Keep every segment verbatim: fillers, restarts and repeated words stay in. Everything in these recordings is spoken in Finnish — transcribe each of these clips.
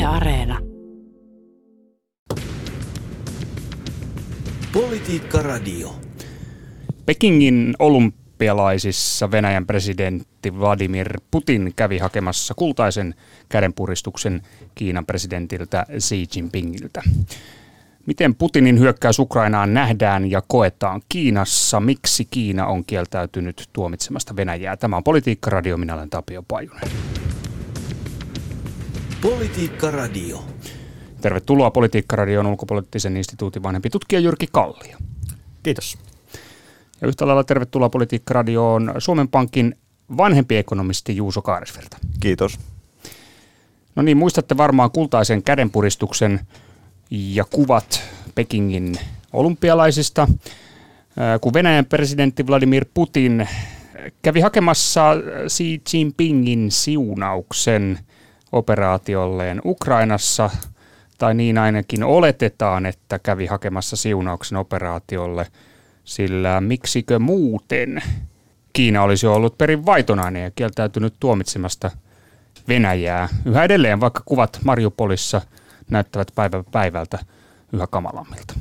Areena. Politiikka Radio. Pekingin olympialaisissa Venäjän presidentti Vladimir Putin kävi hakemassa kultaisen kädenpuristuksen Kiinan presidentiltä Xi Jinpingiltä. Miten Putinin hyökkäys Ukrainaan nähdään ja koetaan Kiinassa? Miksi Kiina on kieltäytynyt tuomitsemasta Venäjää? Tämä on Politiikka Radio, minä olen Tapio Pajunen. Politiikka Radio. Tervetuloa Politiikka Radioon ulkopoliittisen instituutin vanhempi tutkija Jyrki Kallio. Kiitos. Ja yhtä lailla tervetuloa Politiikka Radioon Suomen Pankin vanhempi ekonomisti Juuso Kaaresvirta. Kiitos. No niin, muistatte varmaan kultaisen kädenpuristuksen ja kuvat Pekingin olympialaisista, kun Venäjän presidentti Vladimir Putin kävi hakemassa Xi Jinpingin siunauksen operaatiolleen Ukrainassa, tai niin ainakin oletetaan, että kävi hakemassa siunauksen operaatiolle, sillä miksikö muuten Kiina olisi ollut perin vaitonainen ja kieltäytynyt tuomitsemasta Venäjää. Yhä edelleen, vaikka kuvat Mariupolissa näyttävät päivä päivältä yhä kamalammilta.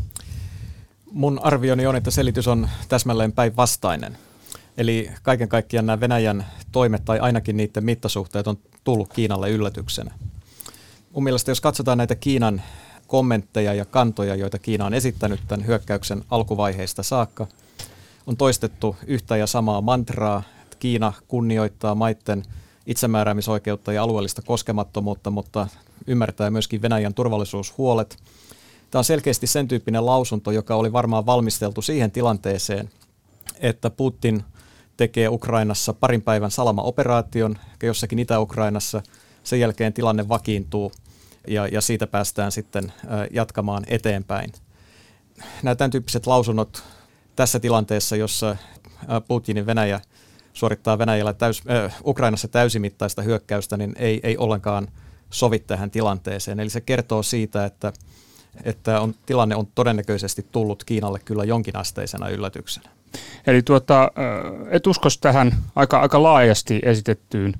Mun arvioni on, että selitys on täsmälleen päinvastainen. Eli kaiken kaikkiaan nämä Venäjän toimet tai ainakin niiden mittasuhteet on tullut Kiinalle yllätyksenä. Mun mielestä jos katsotaan näitä Kiinan kommentteja ja kantoja, joita Kiina on esittänyt tämän hyökkäyksen alkuvaiheista saakka, on toistettu yhtä ja samaa mantraa, että Kiina kunnioittaa maiden itsemääräämisoikeutta ja alueellista koskemattomuutta, mutta ymmärtää myöskin Venäjän turvallisuushuolet. Tämä on selkeästi sen tyyppinen lausunto, joka oli varmaan valmisteltu siihen tilanteeseen, että Putin tekee Ukrainassa parin päivän salama-operaation jossakin Itä-Ukrainassa. Sen jälkeen tilanne vakiintuu ja, ja siitä päästään sitten jatkamaan eteenpäin. Nämä tämän tyyppiset lausunnot tässä tilanteessa, jossa Putinin Venäjä suorittaa Venäjällä täys, äh, Ukrainassa täysimittaista hyökkäystä, niin ei, ei ollenkaan sovi tähän tilanteeseen. Eli se kertoo siitä, että, että on, tilanne on todennäköisesti tullut Kiinalle kyllä jonkinasteisena yllätyksenä. Eli tuota, et uskos tähän aika, aika laajasti esitettyyn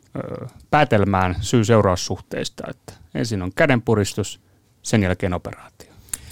päätelmään syy-seuraussuhteista, että ensin on kädenpuristus, sen jälkeen operaatio?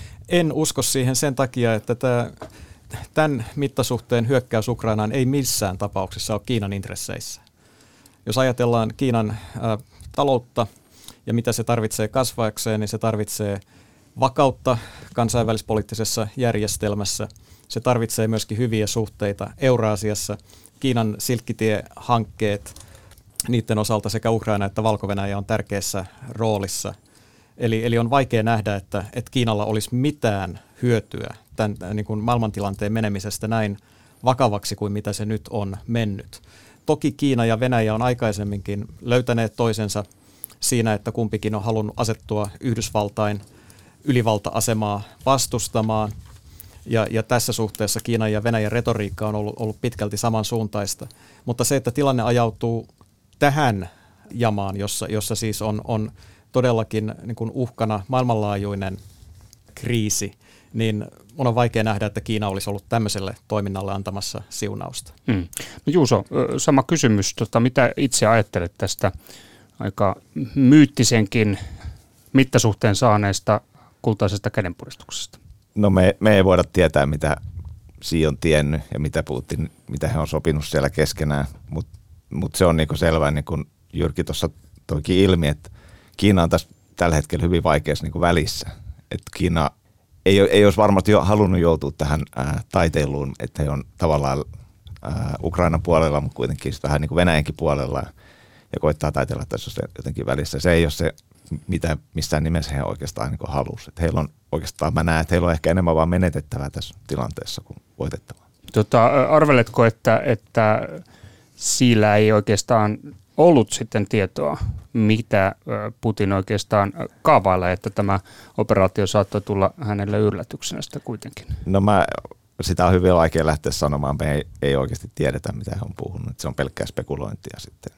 En usko siihen sen takia, että tämä, tämän mittasuhteen hyökkäys Ukrainaan ei missään tapauksessa ole Kiinan intresseissä. Jos ajatellaan Kiinan ä, taloutta ja mitä se tarvitsee kasvaakseen, niin se tarvitsee vakautta kansainvälispoliittisessa järjestelmässä. Se tarvitsee myöskin hyviä suhteita Euraasiassa. Kiinan silkkitie-hankkeet, niiden osalta sekä Ukraina että Valko-Venäjä on tärkeässä roolissa. Eli, eli on vaikea nähdä, että, että Kiinalla olisi mitään hyötyä tämän niin kuin maailmantilanteen menemisestä näin vakavaksi kuin mitä se nyt on mennyt. Toki Kiina ja Venäjä on aikaisemminkin löytäneet toisensa siinä, että kumpikin on halunnut asettua Yhdysvaltain ylivalta-asemaa vastustamaan. Ja, ja tässä suhteessa Kiinan ja Venäjän retoriikka on ollut, ollut pitkälti samansuuntaista. Mutta se, että tilanne ajautuu tähän jamaan, jossa, jossa siis on, on todellakin niin kuin uhkana maailmanlaajuinen kriisi, niin mun on vaikea nähdä, että Kiina olisi ollut tämmöiselle toiminnalle antamassa siunausta. Hmm. No Juuso, sama kysymys. Tota, mitä itse ajattelet tästä aika myyttisenkin mittasuhteen saaneesta kultaisesta kädenpuristuksesta? No me, me ei voida tietää, mitä Xi on tiennyt ja mitä Putin, mitä he on sopinut siellä keskenään, mutta mut se on niinku selvä, niin kuin Jyrki tuossa toikin ilmi, että Kiina on tässä tällä hetkellä hyvin vaikeassa niinku välissä. Että Kiina ei, ei olisi varmasti jo halunnut joutua tähän ää, taiteiluun, että he on tavallaan ää, Ukrainan puolella, mutta kuitenkin vähän niin kuin Venäjänkin puolella ja koittaa taiteilla tässä jotenkin välissä. Se ei ole se, mitä missään nimessä he oikeastaan niin kuin halusi. Että heillä on oikeastaan, mä näen, että heillä on ehkä enemmän vaan menetettävää tässä tilanteessa kuin voitettavaa. Tota, arveletko, että, että sillä ei oikeastaan ollut sitten tietoa, mitä Putin oikeastaan kaavailee, että tämä operaatio saattoi tulla hänelle yllätyksenä sitä kuitenkin? No mä, sitä on hyvin vaikea lähteä sanomaan. Me ei, ei oikeasti tiedetä, mitä he on puhunut. Se on pelkkää spekulointia sitten.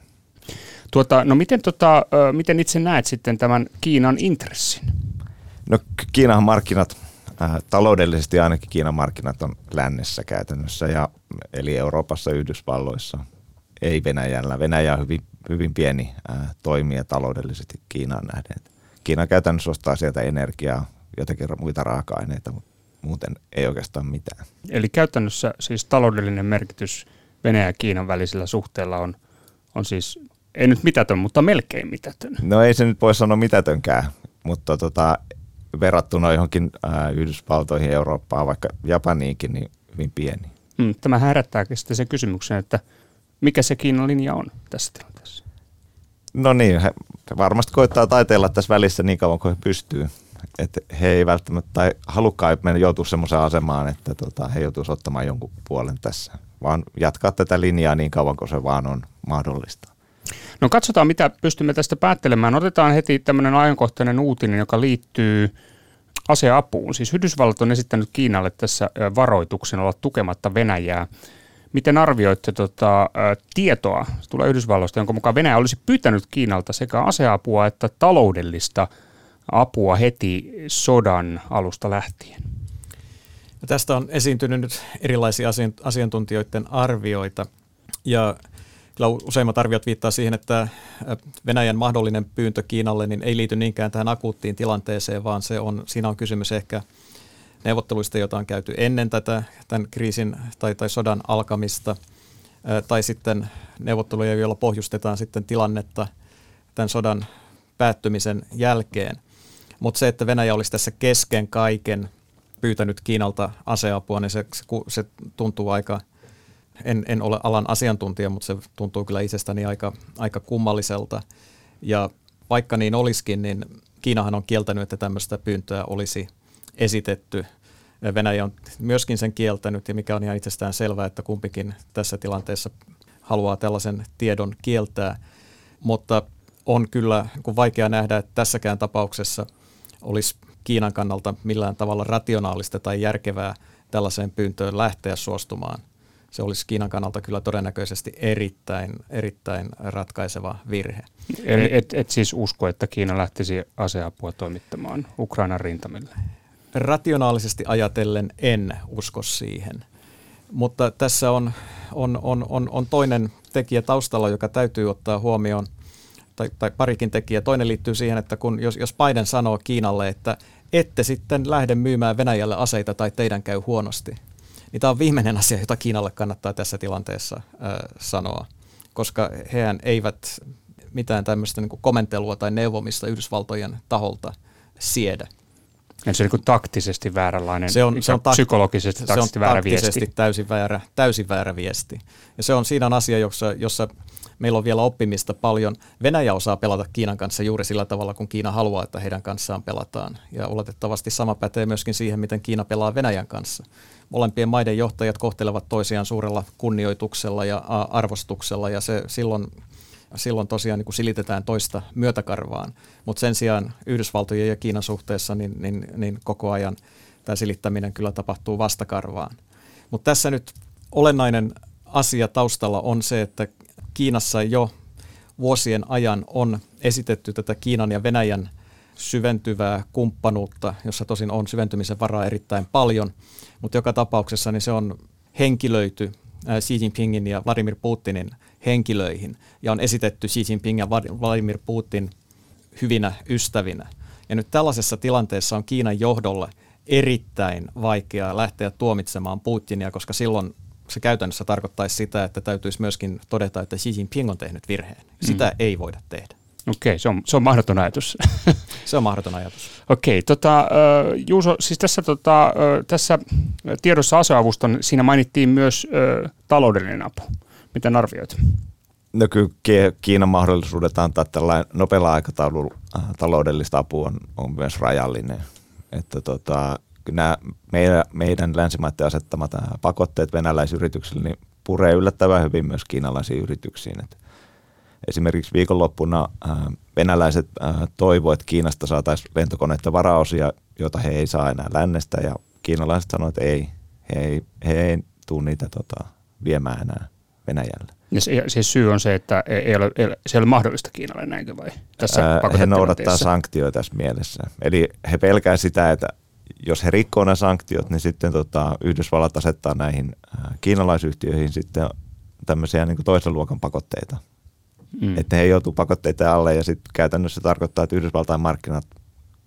Tuota, no miten, tota, miten itse näet sitten tämän Kiinan intressin? No Kiinan markkinat, äh, taloudellisesti ainakin Kiinan markkinat on lännessä käytännössä, ja, eli Euroopassa ja Yhdysvalloissa, ei Venäjällä. Venäjä on hyvin, hyvin pieni äh, toimija taloudellisesti Kiinaan nähden. Kiina käytännössä ostaa sieltä energiaa, jotakin muita raaka-aineita, mutta muuten ei oikeastaan mitään. Eli käytännössä siis taloudellinen merkitys Venäjän ja Kiinan välisellä suhteella on, on siis, ei nyt mitätön, mutta melkein mitätön. No ei se nyt voi sanoa mitätönkään, mutta tota, verrattuna johonkin ää, Yhdysvaltoihin, Eurooppaan, vaikka Japaniinkin, niin hyvin pieni. Hmm, tämä herättääkin sitten sen kysymyksen, että mikä se Kiinan linja on tässä tilanteessa? No niin, he varmasti koittaa taiteella tässä välissä niin kauan kuin he pystyy. Että he ei välttämättä tai halukkaan mennä joutua semmoiseen asemaan, että tota, he joutuisi ottamaan jonkun puolen tässä, vaan jatkaa tätä linjaa niin kauan kuin se vaan on mahdollista. No katsotaan, mitä pystymme tästä päättelemään. Otetaan heti tämmöinen ajankohtainen uutinen, joka liittyy aseapuun. Siis Yhdysvallat on esittänyt Kiinalle tässä varoituksen olla tukematta Venäjää. Miten arvioitte tota, tietoa, se tulee Yhdysvalloista, jonka mukaan Venäjä olisi pyytänyt Kiinalta sekä aseapua että taloudellista apua heti sodan alusta lähtien? Ja tästä on esiintynyt nyt erilaisia asiantuntijoiden arvioita, ja kyllä useimmat arviot viittaa siihen, että Venäjän mahdollinen pyyntö Kiinalle niin ei liity niinkään tähän akuuttiin tilanteeseen, vaan se on, siinä on kysymys ehkä neuvotteluista, joita on käyty ennen tätä tämän kriisin tai, tai sodan alkamista, tai sitten neuvotteluja, joilla pohjustetaan sitten tilannetta tämän sodan päättymisen jälkeen. Mutta se, että Venäjä olisi tässä kesken kaiken pyytänyt Kiinalta aseapua, niin se, se, se tuntuu aika, en, en ole alan asiantuntija, mutta se tuntuu kyllä itsestäni aika, aika kummalliselta. Ja vaikka niin olisikin, niin Kiinahan on kieltänyt, että tämmöistä pyyntöä olisi esitetty. Venäjä on myöskin sen kieltänyt, ja mikä on ihan itsestään selvää, että kumpikin tässä tilanteessa haluaa tällaisen tiedon kieltää. Mutta on kyllä vaikea nähdä, että tässäkään tapauksessa olisi Kiinan kannalta millään tavalla rationaalista tai järkevää tällaiseen pyyntöön lähteä suostumaan. Se olisi Kiinan kannalta kyllä todennäköisesti erittäin, erittäin ratkaiseva virhe. Eli et, et siis usko, että Kiina lähtisi aseapua toimittamaan Ukrainan rintamille? Rationaalisesti ajatellen en usko siihen, mutta tässä on, on, on, on, on toinen tekijä taustalla, joka täytyy ottaa huomioon, tai, tai parikin tekijä. Toinen liittyy siihen, että kun, jos, jos Biden sanoo Kiinalle, että ette sitten lähde myymään Venäjälle aseita tai teidän käy huonosti, niin tämä on viimeinen asia, jota Kiinalle kannattaa tässä tilanteessa äh, sanoa, koska hehän eivät mitään tämmöistä niin kuin komentelua tai neuvomista Yhdysvaltojen taholta siedä. Ja se on niin taktisesti vääränlainen, se on, se on psykologisesti se taktisesti on väärä taktisesti viesti. Täysin väärä, täysin väärä viesti. Ja se on siinä on asia, jossa, jossa meillä on vielä oppimista paljon. Venäjä osaa pelata Kiinan kanssa juuri sillä tavalla, kun Kiina haluaa, että heidän kanssaan pelataan. Ja oletettavasti sama pätee myöskin siihen, miten Kiina pelaa Venäjän kanssa. Molempien maiden johtajat kohtelevat toisiaan suurella kunnioituksella ja arvostuksella, ja se silloin... Silloin tosiaan niin kuin silitetään toista myötäkarvaan, mutta sen sijaan Yhdysvaltojen ja Kiinan suhteessa niin, niin, niin koko ajan tämä silittäminen kyllä tapahtuu vastakarvaan. Mutta tässä nyt olennainen asia taustalla on se, että Kiinassa jo vuosien ajan on esitetty tätä Kiinan ja Venäjän syventyvää kumppanuutta, jossa tosin on syventymisen varaa erittäin paljon, mutta joka tapauksessa niin se on henkilöity Xi Jinpingin ja Vladimir Putinin henkilöihin, ja on esitetty Xi Jinping ja Vladimir Putin hyvinä ystävinä. Ja nyt tällaisessa tilanteessa on Kiinan johdolle erittäin vaikeaa lähteä tuomitsemaan Putinia, koska silloin se käytännössä tarkoittaisi sitä, että täytyisi myöskin todeta, että Xi Jinping on tehnyt virheen. Sitä mm. ei voida tehdä. Okei, se on, se on mahdoton ajatus. Se on mahdoton ajatus. Okei, tota, Juuso, siis tässä, tota, tässä tiedossa aseavusta siinä mainittiin myös ö, taloudellinen apu. Miten arvioit? No kyllä Kiinan mahdollisuudet antaa tällainen nopealla aikataululla äh, taloudellista apua on, on myös rajallinen. Että tota, nämä meidän, meidän länsimaiden asettamat pakotteet venäläisyrityksille niin puree yllättävän hyvin myös kiinalaisiin yrityksiin. Et esimerkiksi viikonloppuna äh, venäläiset äh, toivoivat, että Kiinasta saataisiin lentokoneiden varaosia, joita he ei saa enää lännestä, ja kiinalaiset sanoivat, että ei, he ei, he ei tule niitä tota, viemään enää Venäjälle. Ja siis syy on se, että ei ole, ei ole, se ei ole mahdollista Kiinalle, näinkö vai? Tässä Ää, he noudattaa sanktioita tässä mielessä. Eli he pelkää sitä, että jos he rikkoo nämä sanktiot, niin sitten tota, Yhdysvallat asettaa näihin ää, kiinalaisyhtiöihin sitten tämmöisiä niin kuin toisen luokan pakotteita. Mm. Että he joutuu pakotteita alle, ja sitten käytännössä tarkoittaa, että Yhdysvaltain markkinat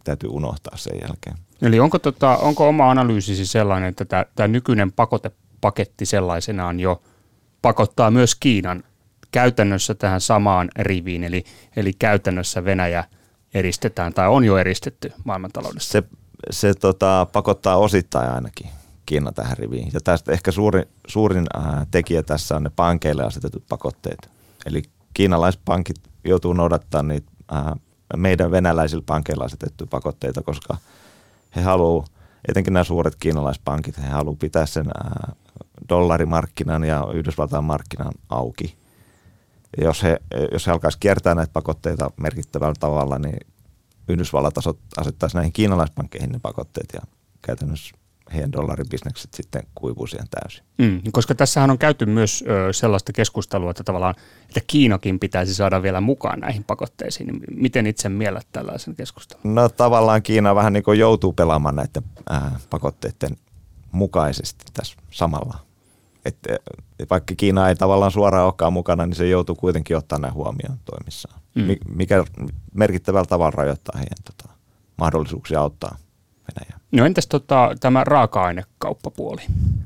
täytyy unohtaa sen jälkeen. Eli onko, tota, onko oma analyysisi sellainen, että tämä, tämä nykyinen pakotepaketti sellaisenaan jo pakottaa myös Kiinan käytännössä tähän samaan riviin, eli, eli käytännössä Venäjä eristetään tai on jo eristetty maailmantaloudessa? Se, se tota, pakottaa osittain ainakin Kiina tähän riviin. Ja tästä ehkä suurin, suurin äh, tekijä tässä on ne pankeille asetetut pakotteet. Eli kiinalaiset pankit joutuu noudattamaan niitä äh, meidän venäläisillä pankeilla asetettuja pakotteita, koska he haluavat, etenkin nämä suuret kiinalaispankit, he haluavat pitää sen äh, dollarimarkkinan ja Yhdysvaltain markkinan auki. Ja jos he, jos he alkaisivat kiertää näitä pakotteita merkittävällä tavalla, niin Yhdysvallat asettaisi näihin kiinalaispankkeihin ne pakotteet ja käytännössä heidän dollaribisnekset sitten kuivuu siihen täysin. Mm, koska tässähän on käyty myös ö, sellaista keskustelua, että tavallaan, että Kiinakin pitäisi saada vielä mukaan näihin pakotteisiin. Niin miten itse miellät tällaisen keskustelun? No tavallaan Kiina vähän niin kuin joutuu pelaamaan näiden ää, pakotteiden mukaisesti tässä samalla. Että vaikka Kiina ei tavallaan suoraan olekaan mukana, niin se joutuu kuitenkin ottaa nämä huomioon toimissaan, mm. mikä merkittävällä tavalla rajoittaa heidän tota, mahdollisuuksia auttaa Venäjää. No entäs tota, tämä raaka-ainekauppapuoli?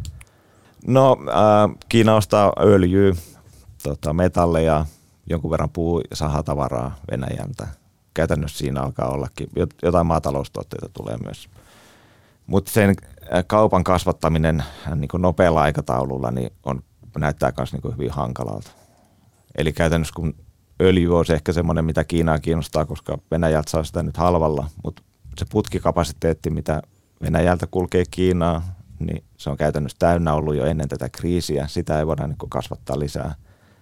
No äh, Kiina ostaa öljyä, tota, metalleja, jonkun verran puu- ja sahatavaraa Venäjältä. Käytännössä siinä alkaa ollakin, jotain maataloustuotteita tulee myös. Mutta sen kaupan kasvattaminen niin kuin nopealla aikataululla niin on, näyttää myös niin kuin hyvin hankalalta. Eli käytännössä kun öljy on se ehkä semmoinen, mitä Kiinaa kiinnostaa, koska Venäjältä saa sitä nyt halvalla, mutta se putkikapasiteetti, mitä Venäjältä kulkee Kiinaan, niin se on käytännössä täynnä ollut jo ennen tätä kriisiä. Sitä ei voida niin kuin kasvattaa lisää.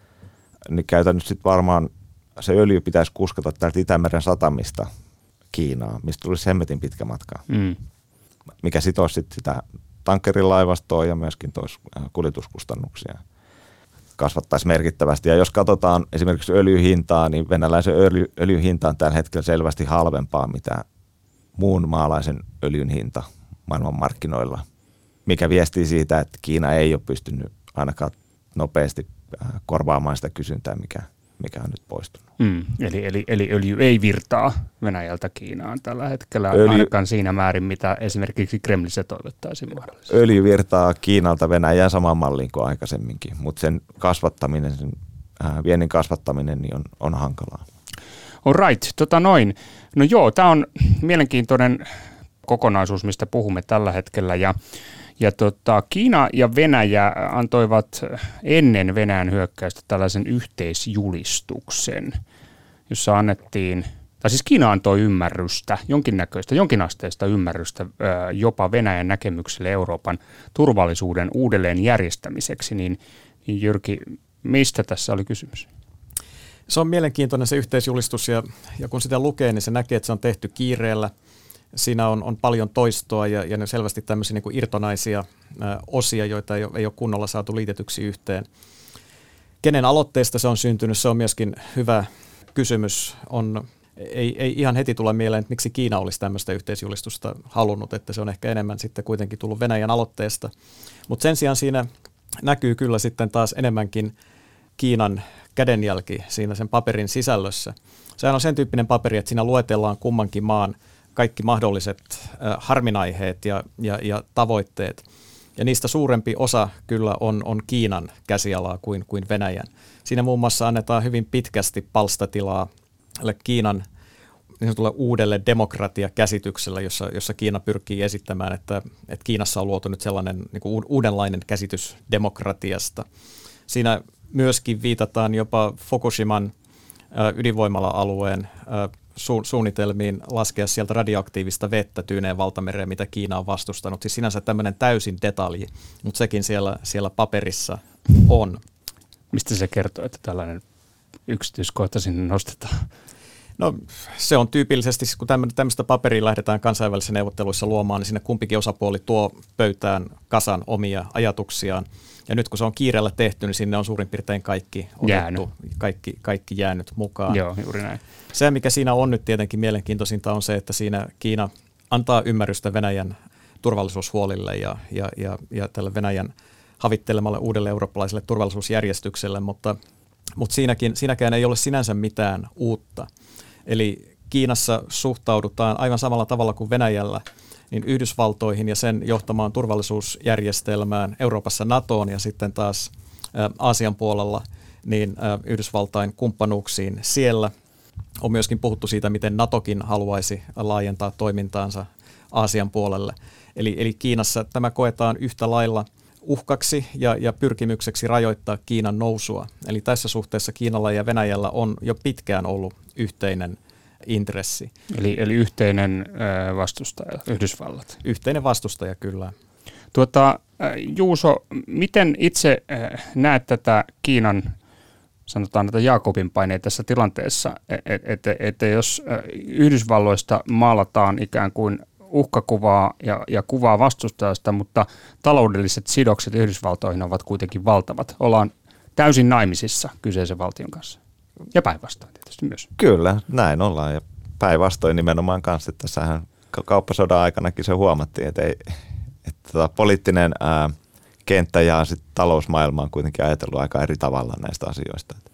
Niin käytännössä sitten varmaan se öljy pitäisi kuskata täältä Itämeren satamista Kiinaan, mistä tulisi hemmetin pitkä matka. Mm. Mikä sitoisi sit sitä tankkerilaivastoa ja myöskin toisi kuljetuskustannuksia. Kasvattaisi merkittävästi. Ja jos katsotaan esimerkiksi öljyhintaa, niin venäläisen öljy, öljyhinta on tällä hetkellä selvästi halvempaa, mitä muun maalaisen öljyn hinta maailmanmarkkinoilla, mikä viestii siitä, että Kiina ei ole pystynyt ainakaan nopeasti korvaamaan sitä kysyntää, mikä, mikä on nyt poistunut. Mm, eli, eli, eli öljy ei virtaa Venäjältä Kiinaan tällä hetkellä öljy, ainakaan siinä määrin, mitä esimerkiksi Kremlissä toivottaisiin mahdollisesti. Öljy virtaa Kiinalta Venäjään samaan malliin kuin aikaisemminkin, mutta sen kasvattaminen, sen äh, viennin kasvattaminen niin on, on hankalaa. All right, tota noin. No joo, tämä on mielenkiintoinen kokonaisuus, mistä puhumme tällä hetkellä. Ja, ja tota, Kiina ja Venäjä antoivat ennen Venäjän hyökkäystä tällaisen yhteisjulistuksen, jossa annettiin, tai siis Kiina antoi ymmärrystä, jonkinnäköistä, jonkinasteista ymmärrystä jopa Venäjän näkemykselle Euroopan turvallisuuden uudelleen järjestämiseksi. Niin, niin Jyrki, mistä tässä oli kysymys? Se on mielenkiintoinen se yhteisjulistus ja, ja kun sitä lukee, niin se näkee, että se on tehty kiireellä. Siinä on, on paljon toistoa ja, ja ne on selvästi tämmöisiä niin kuin irtonaisia ä, osia, joita ei ole, ei ole kunnolla saatu liitetyksi yhteen. Kenen aloitteesta se on syntynyt, se on myöskin hyvä kysymys. On, ei, ei ihan heti tule mieleen, että miksi Kiina olisi tämmöistä yhteisjulistusta halunnut, että se on ehkä enemmän sitten kuitenkin tullut Venäjän aloitteesta. Mutta sen sijaan siinä näkyy kyllä sitten taas enemmänkin Kiinan kädenjälki siinä sen paperin sisällössä. Sehän on sen tyyppinen paperi, että siinä luetellaan kummankin maan kaikki mahdolliset äh, harminaiheet ja, ja, ja tavoitteet. Ja niistä suurempi osa kyllä on, on Kiinan käsialaa kuin, kuin Venäjän. Siinä muun muassa annetaan hyvin pitkästi palstatilaa Kiinan niin uudelle demokratiakäsitykselle, jossa, jossa Kiina pyrkii esittämään, että, että Kiinassa on luotu nyt sellainen niin kuin uudenlainen käsitys demokratiasta. Siinä myöskin viitataan jopa Fukushiman ydinvoimala-alueen su- suunnitelmiin laskea sieltä radioaktiivista vettä Tyyneen valtamereen, mitä Kiina on vastustanut. Siis sinänsä tämmöinen täysin detalji, mutta sekin siellä, siellä paperissa on. Mistä se kertoo, että tällainen yksityiskohta sinne nostetaan? No se on tyypillisesti, kun tämmöistä paperia lähdetään kansainvälisissä neuvotteluissa luomaan, niin sinne kumpikin osapuoli tuo pöytään kasan omia ajatuksiaan. Ja nyt kun se on kiireellä tehty, niin sinne on suurin piirtein kaikki otettu, kaikki, kaikki jäänyt mukaan. Joo, juuri näin. Se, mikä siinä on nyt tietenkin mielenkiintoisinta, on se, että siinä Kiina antaa ymmärrystä Venäjän turvallisuushuolille ja, ja, ja, ja tälle Venäjän havittelemalle uudelle eurooppalaiselle turvallisuusjärjestykselle, mutta, mutta siinäkin, siinäkään ei ole sinänsä mitään uutta. Eli Kiinassa suhtaudutaan aivan samalla tavalla kuin Venäjällä niin Yhdysvaltoihin ja sen johtamaan turvallisuusjärjestelmään, Euroopassa NATOon ja sitten taas Aasian puolella niin Yhdysvaltain kumppanuuksiin siellä. On myöskin puhuttu siitä, miten NATOkin haluaisi laajentaa toimintaansa Aasian puolelle. Eli, eli Kiinassa tämä koetaan yhtä lailla uhkaksi ja, ja pyrkimykseksi rajoittaa Kiinan nousua. Eli tässä suhteessa Kiinalla ja Venäjällä on jo pitkään ollut yhteinen intressi. Eli, eli yhteinen äh, vastustaja, Yhdysvallat. Yhteinen vastustaja, kyllä. Tuota, Juuso, miten itse äh, näet tätä Kiinan, sanotaan näitä Jaakobin paineita tässä tilanteessa, että et, et, et jos äh, Yhdysvalloista maalataan ikään kuin uhkakuvaa ja, ja kuvaa vastustajasta, mutta taloudelliset sidokset Yhdysvaltoihin ovat kuitenkin valtavat. Ollaan täysin naimisissa kyseisen valtion kanssa. Ja päinvastoin tietysti myös. Kyllä, näin ollaan. Ja päinvastoin nimenomaan kanssa, että tässähän kauppasodan aikanakin se huomattiin, että, ei, että tota, poliittinen ää, kenttä ja sit talousmaailma on kuitenkin ajatellut aika eri tavalla näistä asioista. Et,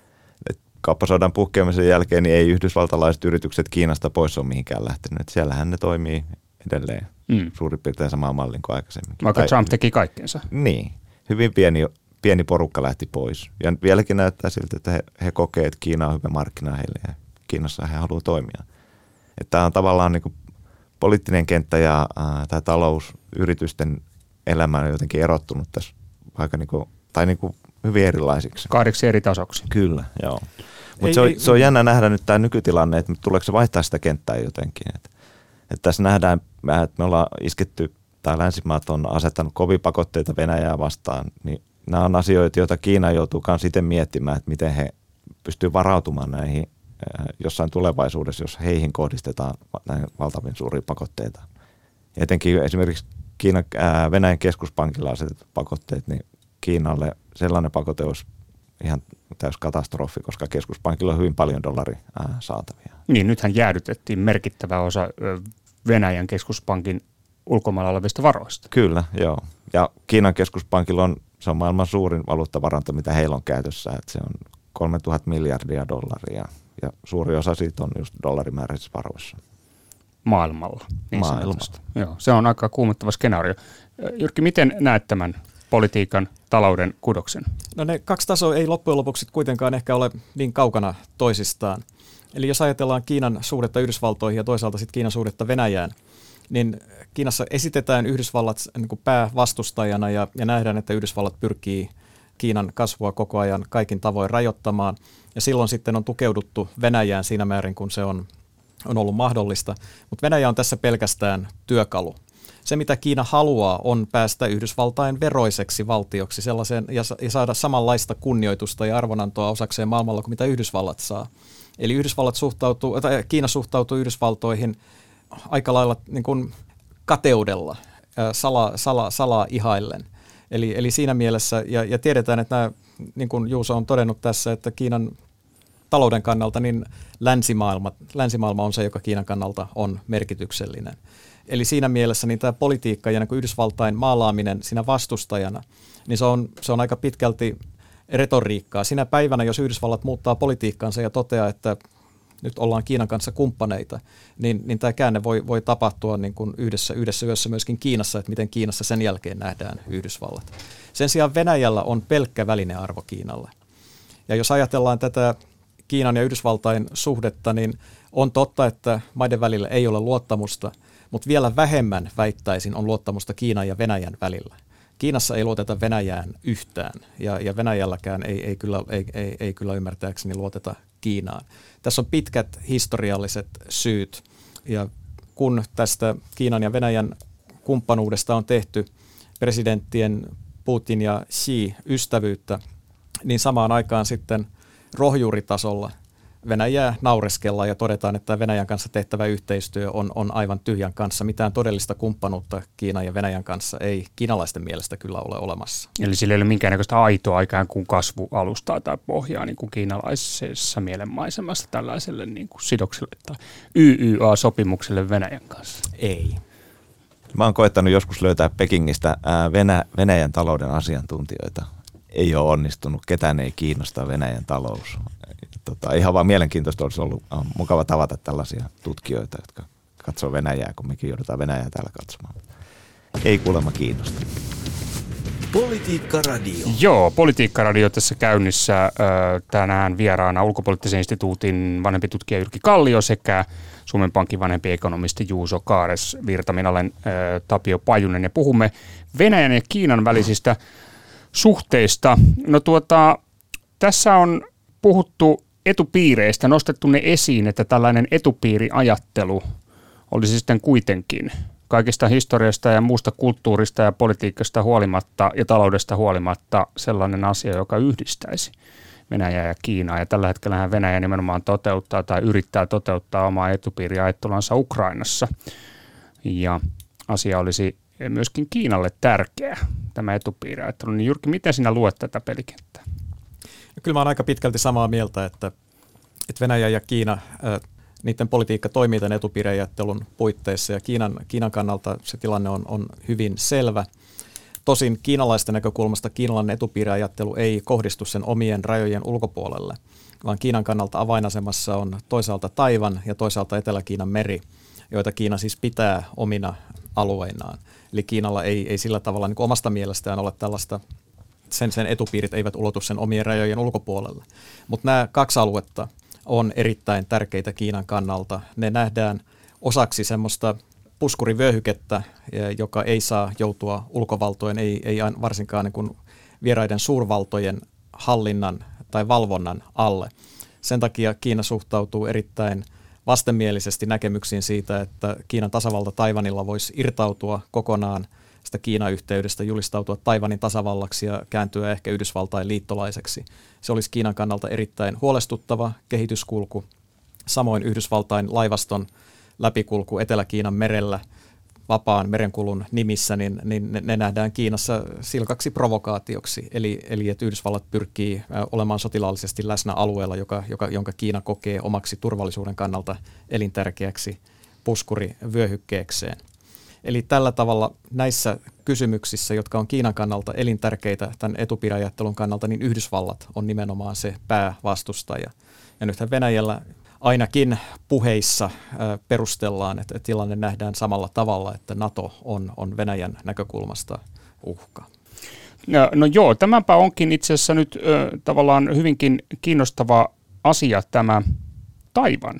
et kauppasodan puhkeamisen jälkeen niin ei yhdysvaltalaiset yritykset Kiinasta pois ole mihinkään lähtenyt. Et siellähän ne toimii edelleen mm. suurin piirtein samaan mallin kuin aikaisemmin. Vaikka tai, Trump teki kaikkensa. Niin, hyvin pieni Pieni porukka lähti pois. Ja vieläkin näyttää siltä, että he, he kokee, että Kiina on hyvä markkina heille ja Kiinassa he haluavat toimia. Että tämä on tavallaan niin kuin poliittinen kenttä ja äh, tämä talousyritysten elämä on jotenkin erottunut tässä aika niin kuin, tai niin kuin hyvin erilaisiksi. Kahdeksi eri tasoksi. Kyllä, joo. Mutta se, se on jännä nähdä nyt tämä nykytilanne, että tuleeko se vaihtaa sitä kenttää jotenkin. Että, että tässä nähdään, että me ollaan isketty, tai länsimaat on asettanut kovia pakotteita Venäjää vastaan, niin nämä on asioita, joita Kiina joutuu myös itse miettimään, että miten he pystyvät varautumaan näihin jossain tulevaisuudessa, jos heihin kohdistetaan näin valtavin suuria pakotteita. Ja etenkin esimerkiksi Kiinan, ää, Venäjän keskuspankilla asetetut pakotteet, niin Kiinalle sellainen pakote olisi ihan täys katastrofi, koska keskuspankilla on hyvin paljon dollari ää, saatavia. Niin, nythän jäädytettiin merkittävä osa Venäjän keskuspankin ulkomailla olevista varoista. Kyllä, joo. Ja Kiinan keskuspankilla on, se on maailman suurin valuuttavaranta, mitä heillä on käytössä, että se on kolmetuhatta miljardia dollaria ja suuri osa siitä on just dollarimääräisissä varoissa. Maailmalla. Niin Maailmalla. Joo, se on aika kuumottava skenaario. Jyrki, miten näet tämän politiikan, talouden kudoksen? No ne kaksi tasoa ei loppujen lopuksi kuitenkaan ehkä ole niin kaukana toisistaan. Eli jos ajatellaan Kiinan suhdetta Yhdysvaltoihin ja toisaalta sitten Kiinan suhdetta Venäjään, niin Kiinassa esitetään Yhdysvallat niin kuin päävastustajana ja, ja nähdään, että Yhdysvallat pyrkii Kiinan kasvua koko ajan kaikin tavoin rajoittamaan. Ja silloin sitten on tukeuduttu Venäjään siinä määrin, kun se on, on ollut mahdollista. Mutta Venäjä on tässä pelkästään työkalu. Se, mitä Kiina haluaa, on päästä Yhdysvaltain veroiseksi valtioksi sellaiseen, ja, ja saada samanlaista kunnioitusta ja arvonantoa osakseen maailmalla kuin mitä Yhdysvallat saa. Eli Yhdysvallat suhtautuu, tai Kiina suhtautuu Yhdysvaltoihin aika lailla niin kuin kateudella, salaa, salaa, salaa ihaillen. Eli, eli siinä mielessä, ja, ja tiedetään, että nämä, niin kuin Juuso on todennut tässä, että Kiinan talouden kannalta niin länsimaailma, länsimaailma on se, joka Kiinan kannalta on merkityksellinen. Eli siinä mielessä niin tämä politiikka ja niin kuin Yhdysvaltain maalaaminen siinä vastustajana, niin se on, se on aika pitkälti retoriikkaa. Sinä päivänä, jos Yhdysvallat muuttaa politiikkaansa ja toteaa, että nyt ollaan Kiinan kanssa kumppaneita, niin, niin tämä käänne voi, voi tapahtua niin kuin yhdessä, yhdessä yössä myöskin Kiinassa, että miten Kiinassa sen jälkeen nähdään Yhdysvallat. Sen sijaan Venäjällä on pelkkä välinearvo Kiinalle. Ja jos ajatellaan tätä Kiinan ja Yhdysvaltain suhdetta, niin on totta, että maiden välillä ei ole luottamusta, mutta vielä vähemmän väittäisin on luottamusta Kiinan ja Venäjän välillä. Kiinassa ei luoteta Venäjään yhtään ja, ja Venäjälläkään ei, ei, kyllä, ei, ei, ei kyllä ymmärtääkseni luoteta Kiinaan. Tässä on pitkät historialliset syyt ja kun tästä Kiinan ja Venäjän kumppanuudesta on tehty presidenttien Putin ja Xi ystävyyttä, niin samaan aikaan sitten rohjuuritasolla Venäjää naureskellaan ja todetaan, että Venäjän kanssa tehtävä yhteistyö on, on aivan tyhjän kanssa. Mitään todellista kumppanuutta Kiinan ja Venäjän kanssa ei kiinalaisten mielestä kyllä ole olemassa. Eli sillä ei ole minkäännäköistä aitoa ikään kuin kasvualustaa tai pohjaa niin kuin kiinalaisessa mielenmaisemassa tällaiselle niin kuin sidokselle tai Y Y A-sopimukselle Venäjän kanssa. Ei. Mä oon koettanut joskus löytää Pekingistä ää, Venä, Venäjän talouden asiantuntijoita. Ei ole onnistunut, ketään ei kiinnosta Venäjän talous. tota, ihan vaan mielenkiintoista olisi ollut on mukava tavata tällaisia tutkijoita, jotka katsoo Venäjää, kun mekin joudutaan Venäjää täällä katsomaan. Ei kuulemma kiinnosta. Politiikka Radio. Joo, Politiikka Radio tässä käynnissä. Tänään vieraana Ulkopoliittisen instituutin vanhempi tutkija Jyrki Kallio sekä Suomen Pankin vanhempi ekonomisti Juuso Kaares-Virta. Minä olen Tapio Pajunen ja puhumme Venäjän ja Kiinan välisistä suhteista. No tuota, tässä on puhuttu etupiireistä, nostettu ne esiin, että tällainen etupiiriajattelu olisi sitten kuitenkin kaikista historiasta ja muusta kulttuurista ja politiikasta huolimatta ja taloudesta huolimatta sellainen asia, joka yhdistäisi Venäjää ja Kiinaa. Ja tällä hetkellähän Venäjä nimenomaan toteuttaa tai yrittää toteuttaa omaa etupiiriajatteluansa Ukrainassa. Ja asia olisi myöskin Kiinalle tärkeä, tämä etupiiriajattelu. Niin Jyrki, miten sinä luet tätä pelikenttää? Kyllä mä oon aika pitkälti samaa mieltä, että, että Venäjä ja Kiina, niiden politiikka toimii tämän etupiiriajattelun puitteissa ja Kiinan, Kiinan kannalta se tilanne on, on hyvin selvä. Tosin kiinalaisten näkökulmasta kiinalainen etupiiriajattelu ei kohdistu sen omien rajojen ulkopuolelle, vaan Kiinan kannalta avainasemassa on toisaalta Taiwan ja toisaalta Etelä-Kiinan meri, joita Kiina siis pitää omina alueinaan. Eli Kiinalla ei, ei sillä tavalla niin kuin omasta mielestään ole tällaista, sen, sen etupiirit eivät ulotu sen omien rajojen ulkopuolelle. Mutta nämä kaksi aluetta on erittäin tärkeitä Kiinan kannalta. Ne nähdään osaksi semmoista puskurivyöhykettä, joka ei saa joutua ulkovaltojen, ei, ei varsinkaan niin kuin vieraiden suurvaltojen hallinnan tai valvonnan alle. Sen takia Kiina suhtautuu erittäin vastenmielisesti näkemyksiin siitä, että Kiinan tasavalta Taiwanilla voisi irtautua kokonaan sitä Kiina-yhteydestä, julistautua Taiwanin tasavallaksi ja kääntyä ehkä Yhdysvaltain liittolaiseksi. Se olisi Kiinan kannalta erittäin huolestuttava kehityskulku. Samoin Yhdysvaltain laivaston läpikulku Etelä-Kiinan merellä vapaan merenkulun nimissä, niin, niin ne, ne nähdään Kiinassa silkaksi provokaatioksi. Eli, eli että Yhdysvallat pyrkii olemaan sotilaallisesti läsnä alueella, joka, joka, jonka Kiina kokee omaksi turvallisuuden kannalta elintärkeäksi puskurivyöhykkeekseen. Eli tällä tavalla näissä kysymyksissä, jotka on Kiinan kannalta elintärkeitä tämän etupiiriajattelun kannalta, niin Yhdysvallat on nimenomaan se päävastustaja. Ja nythän Venäjällä ainakin puheissa perustellaan, että tilanne nähdään samalla tavalla, että NATO on, on Venäjän näkökulmasta uhka. No, no joo, tämäpä onkin itse asiassa nyt ö, tavallaan hyvinkin kiinnostava asia tämä Taiwan.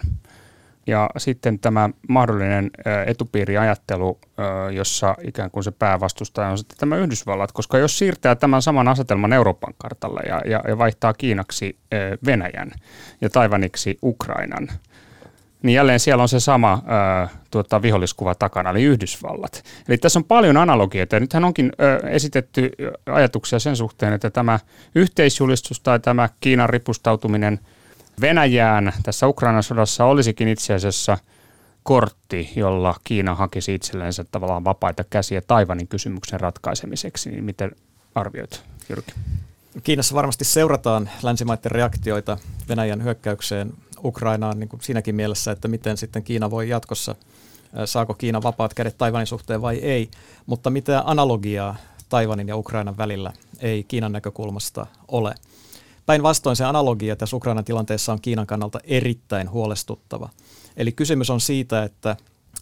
Ja sitten tämä mahdollinen etupiiriajattelu, jossa ikään kuin se päävastustaja on sitten tämä Yhdysvallat, koska jos siirtää tämän saman asetelman Euroopan kartalle ja, ja, ja vaihtaa Kiinaksi Venäjän ja Taiwaniksi Ukrainan, niin jälleen siellä on se sama ää, tuota, viholliskuva takana, eli Yhdysvallat. Eli tässä on paljon analogioita. Nythän onkin ää, esitetty ajatuksia sen suhteen, että tämä yhteisjulistus tai tämä Kiinan ripustautuminen Venäjään tässä Ukrainan sodassa olisikin itse asiassa kortti, jolla Kiina hakisi itsellensä tavallaan vapaita käsiä Taiwanin kysymyksen ratkaisemiseksi. Niin miten arvioit, Jyrki? Kiinassa varmasti seurataan länsimaiden reaktioita Venäjän hyökkäykseen Ukrainaan niin kuin siinäkin mielessä, että miten sitten Kiina voi jatkossa, saako Kiina vapaat kädet Taiwanin suhteen vai ei, mutta mitään analogiaa Taiwanin ja Ukrainan välillä ei Kiinan näkökulmasta ole. Päinvastoin se analogia tässä Ukrainan tilanteessa on Kiinan kannalta erittäin huolestuttava. Eli kysymys on siitä, että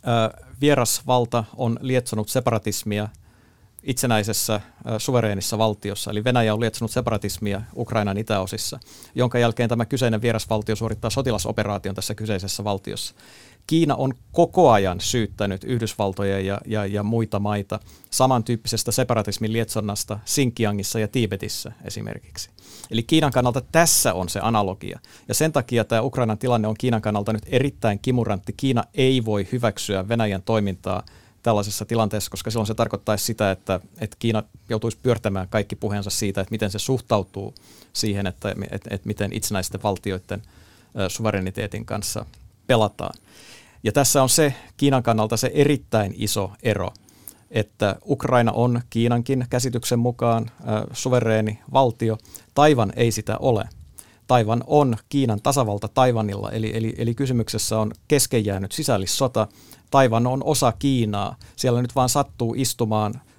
vierasvalta on lietsonut separatismia itsenäisessä suvereenissa valtiossa, eli Venäjä on lietsonut separatismia Ukrainan itäosissa, jonka jälkeen tämä kyseinen vierasvaltio suorittaa sotilasoperaation tässä kyseisessä valtiossa. Kiina on koko ajan syyttänyt Yhdysvaltoja ja, ja, ja muita maita samantyyppisestä separatismin lietsonnasta Xinjiangissa ja Tiibetissä esimerkiksi. Eli Kiinan kannalta tässä on se analogia. Ja sen takia tämä Ukrainan tilanne on Kiinan kannalta nyt erittäin kimurantti. Kiina ei voi hyväksyä Venäjän toimintaa tällaisessa tilanteessa, koska silloin se tarkoittaisi sitä, että, että Kiina joutuisi pyörtämään kaikki puheensa siitä, että miten se suhtautuu siihen, että, että, että miten itsenäisten valtioiden suvereniteetin kanssa pelataan. Ja tässä on se Kiinan kannalta se erittäin iso ero, että Ukraina on Kiinankin käsityksen mukaan äh, suvereeni valtio. Taiwan ei sitä ole. Taiwan on Kiinan tasavalta Taiwanilla, eli, eli, eli kysymyksessä on keskenjäänyt sisällissota. Taiwan on osa Kiinaa. Siellä nyt vaan sattuu istumaan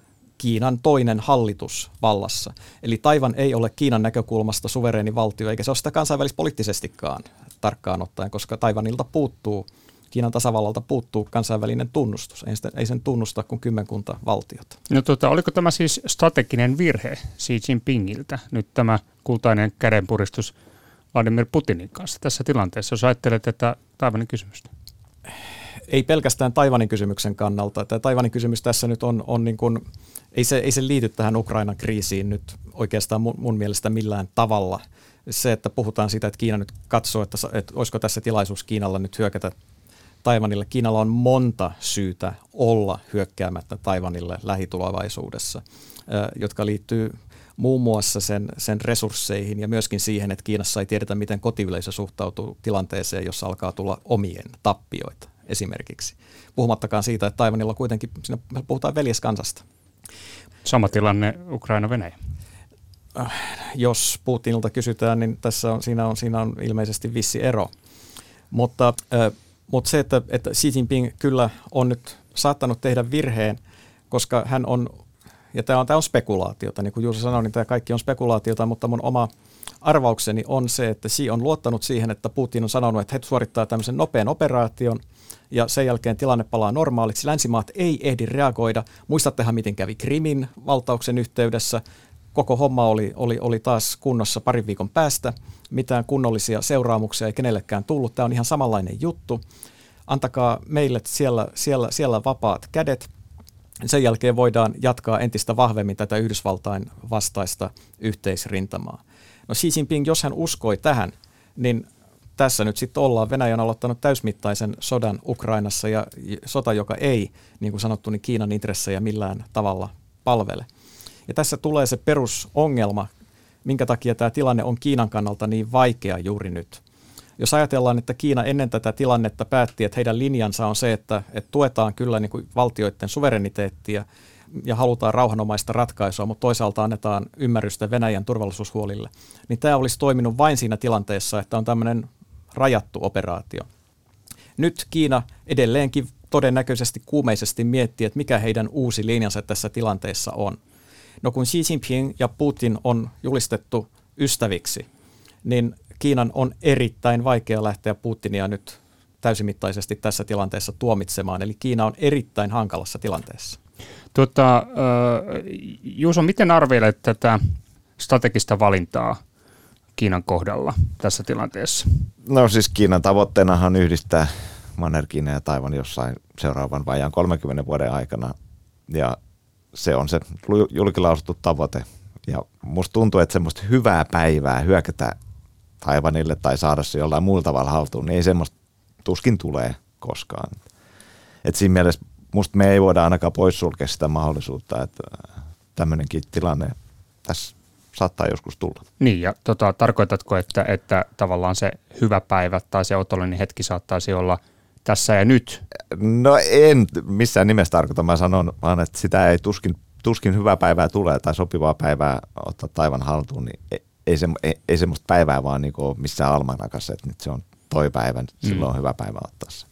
Kiinan toinen hallitus vallassa. Eli Taiwan ei ole Kiinan näkökulmasta suvereeni valtio, eikä se ole sitä kansainvälispoliittisestikaan tarkkaan ottaen, koska Taiwanilta puuttuu, Kiinan tasavallalta puuttuu kansainvälinen tunnustus. Ei, sitä, ei sen tunnusta kuin kymmenkunta valtiota. No tota, oliko tämä siis strateginen virhe Xi Jinpingiltä, nyt tämä kultainen kädenpuristus Vladimir Putinin kanssa tässä tilanteessa, jos ajattelet tätä Taiwanin kysymystä? Ei pelkästään Taiwanin kysymyksen kannalta. Tämä Taiwanin kysymys tässä nyt on, on niin kuin, ei, se, ei se liity tähän Ukrainan kriisiin nyt oikeastaan mun, mun mielestä millään tavalla. Se, että puhutaan siitä, että Kiina nyt katsoo, että, että olisiko tässä tilaisuus Kiinalla nyt hyökätä Taiwanille. Kiinalla on monta syytä olla hyökkäämättä Taiwanille lähitulevaisuudessa, jotka liittyy muun muassa sen, sen resursseihin ja myöskin siihen, että Kiinassa ei tiedetä, miten kotiyleisö suhtautuu tilanteeseen, jossa alkaa tulla omien tappioita esimerkiksi. Puhumattakaan siitä, että Taiwanilla kuitenkin, siinä puhutaan veljeskansasta. Sama tilanne Ukraina-Venäjä. Jos Putinilta kysytään, niin tässä on, siinä, on, siinä on ilmeisesti vissi ero. Mutta, äh, mutta se, että, että Xi Jinping kyllä on nyt saattanut tehdä virheen, koska hän on, ja tämä on, tämä on spekulaatiota, niin kuin Juuso sanoi, niin tämä kaikki on spekulaatiota, mutta mun oma arvaukseni on se, että Xi on luottanut siihen, että Putin on sanonut, että he suorittaa tämmöisen nopean operaation, ja sen jälkeen tilanne palaa normaaliksi. Länsimaat ei ehdi reagoida. Muistattehan, miten kävi Krimin valtauksen yhteydessä. Koko homma oli, oli, oli taas kunnossa parin viikon päästä. Mitään kunnollisia seuraamuksia ei kenellekään tullut. Tämä on ihan samanlainen juttu. Antakaa meille siellä, siellä, siellä vapaat kädet. Sen jälkeen voidaan jatkaa entistä vahvemmin tätä Yhdysvaltain vastaista yhteisrintamaa. No Xi Jinping, jos hän uskoi tähän, niin tässä nyt sitten ollaan. Venäjä on aloittanut täysmittaisen sodan Ukrainassa ja sota, joka ei, niin kuin sanottu, niin Kiinan intressejä millään tavalla palvele. Ja tässä tulee se perusongelma, minkä takia tämä tilanne on Kiinan kannalta niin vaikea juuri nyt. Jos ajatellaan, että Kiina ennen tätä tilannetta päätti, että heidän linjansa on se, että, että tuetaan kyllä niin kuin valtioiden suvereniteettia ja halutaan rauhanomaista ratkaisua, mutta toisaalta annetaan ymmärrystä Venäjän turvallisuushuolille, niin tämä olisi toiminut vain siinä tilanteessa, että on tämmöinen rajattu operaatio. Nyt Kiina edelleenkin todennäköisesti kuumeisesti miettii, että mikä heidän uusi linjansa tässä tilanteessa on. No kun Xi Jinping ja Putin on julistettu ystäviksi, niin Kiinan on erittäin vaikea lähteä Putinia nyt täysimittaisesti tässä tilanteessa tuomitsemaan. Eli Kiina on erittäin hankalassa tilanteessa. Tuota, äh, Juuso, miten arveilet tätä strategista valintaa Kiinan kohdalla tässä tilanteessa? No siis Kiinan tavoitteenahan on yhdistää Manner-Kiina ja Taiwan jossain seuraavan vajaan kolmenkymmenen vuoden aikana. Ja se on se julkilausuttu tavoite. Ja musta tuntuu, että semmoista hyvää päivää hyökätä Taiwanille tai saada se jollain muulla tavalla haltuun, niin ei semmoista tuskin tulee koskaan. Et siinä mielessä musta me ei voida ainakaan poissulkea sitä mahdollisuutta, että tämmöinenkin tilanne tässä saattaa joskus tulla. Niin, ja tota, tarkoitatko, että, että tavallaan se hyvä päivä tai se otollinen hetki saattaisi olla tässä ja nyt? No en missään nimessä tarkoita. Mä sanon vaan, että sitä ei tuskin, tuskin hyvää päivää tulee tai sopivaa päivää ottaa Taiwan haltuun, niin ei, ei, se, ei, ei semmoista päivää vaan niin kuin missään almanakassa, että nyt se on toi päivä, silloin mm. on hyvä päivä ottaa se.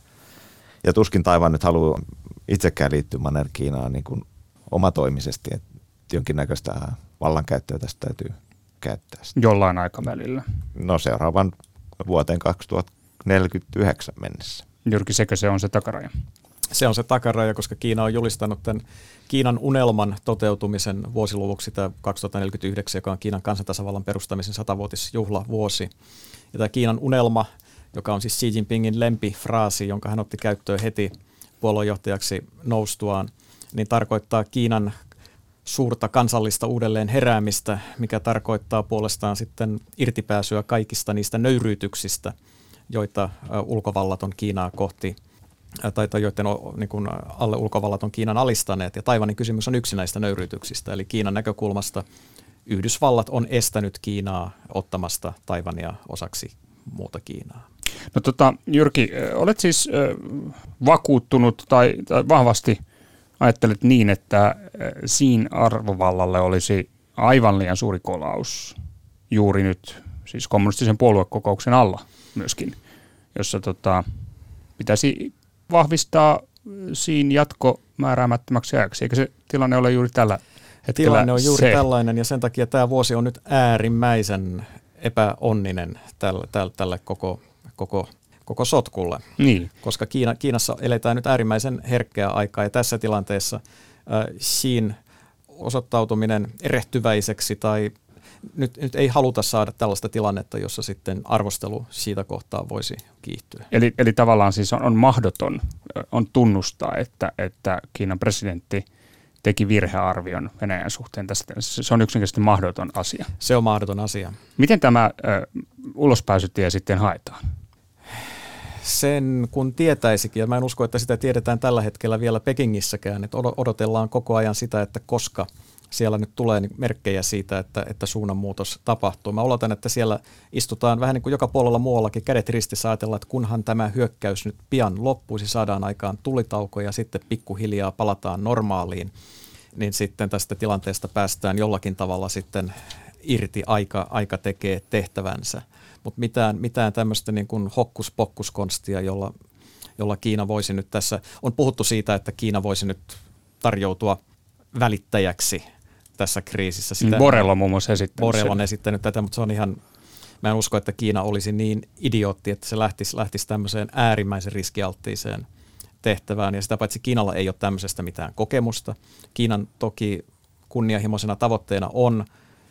Ja tuskin Taiwan nyt haluaa itsekään liittyä Manner-Kiinaan niin kuin omatoimisesti, että jonkinnäköistä vallankäyttöä tästä täytyy käyttää. Jollain aikavälillä. No seuraavan vuoteen kaksituhattaneljäkymmentäyhdeksän mennessä. Jyrki, sekö se on se takaraja? Se on se takaraja, koska Kiina on julistanut tämän Kiinan unelman toteutumisen vuosiluvuksi tämä kaksituhattaneljäkymmentäyhdeksän, joka on Kiinan kansantasavallan perustamisen satavuotisjuhlavuosi. Ja tämä Kiinan unelma, joka on siis Xi Jinpingin lempifraasi, jonka hän otti käyttöön heti puoluejohtajaksi noustuaan, niin tarkoittaa Kiinan suurta kansallista uudelleen heräämistä, mikä tarkoittaa puolestaan sitten irtipääsyä kaikista niistä nöyryytyksistä, joita ulkovallat on Kiinaa kohti, tai, tai joiden niin kuin alle ulkovallat on Kiinan alistaneet. Ja Taiwanin kysymys on yksi näistä nöyryytyksistä, eli Kiinan näkökulmasta Yhdysvallat on estänyt Kiinaa ottamasta Taiwania osaksi muuta Kiinaa. No tota, Jyrki, olet siis äh, vakuuttunut tai, tai vahvasti ajattelet niin, että siinä arvovallalle olisi aivan liian suuri kolaus juuri nyt, siis kommunistisen puoluekokouksen alla myöskin, jossa tota, pitäisi vahvistaa siinä jatko määräämättömäksi ajaksi. Eikö se tilanne ole juuri tällä hetkellä Tilanne on juuri se. tällainen ja sen takia tämä vuosi on nyt äärimmäisen epäonninen tälle, tälle, tälle koko, koko, koko sotkulle, Niin. koska Kiina, Kiinassa eletään nyt äärimmäisen herkkää aikaa ja tässä tilanteessa äh, Xiin osoittautuminen erehtyväiseksi tai nyt, nyt ei haluta saada tällaista tilannetta, jossa sitten arvostelu siitä kohtaa voisi kiihtyä. Eli, eli tavallaan siis on, on mahdoton on tunnustaa, että, että Kiinan presidentti teki virhearvion Venäjän suhteen. Tästä. Se on yksinkertaisesti mahdoton asia. Se on mahdoton asia. Miten tämä ö, ulospääsytie sitten haetaan? Sen kun tietäisikin, ja mä en usko, että sitä tiedetään tällä hetkellä vielä Pekingissäkään, että odotellaan koko ajan sitä, että koska siellä nyt tulee merkkejä siitä, että, että suunnanmuutos tapahtuu. Mä oletan, että siellä istutaan vähän niin kuin joka puolella muuallakin kädet ristissä ajatella, että kunhan tämä hyökkäys nyt pian loppuisi, saadaan aikaan tulitauko ja sitten pikkuhiljaa palataan normaaliin, niin sitten tästä tilanteesta päästään jollakin tavalla sitten irti, aika, aika tekee tehtävänsä. Mutta mitään, mitään tämmöistä niin kuin hokkus-pokkuskonstia, jolla, jolla Kiina voisi nyt tässä, on puhuttu siitä, että Kiina voisi nyt tarjoutua välittäjäksi tässä kriisissä. Sitä, Borrell on muun muassa esittänyt Borrell on sen. esittänyt tätä, mutta se on ihan, mä en usko, että Kiina olisi niin idiootti, että se lähtisi, lähtisi tämmöiseen äärimmäisen riskialttiiseen tehtävään. Ja sitä paitsi Kiinalla ei ole tämmöisestä mitään kokemusta. Kiinan toki kunnianhimoisena tavoitteena on,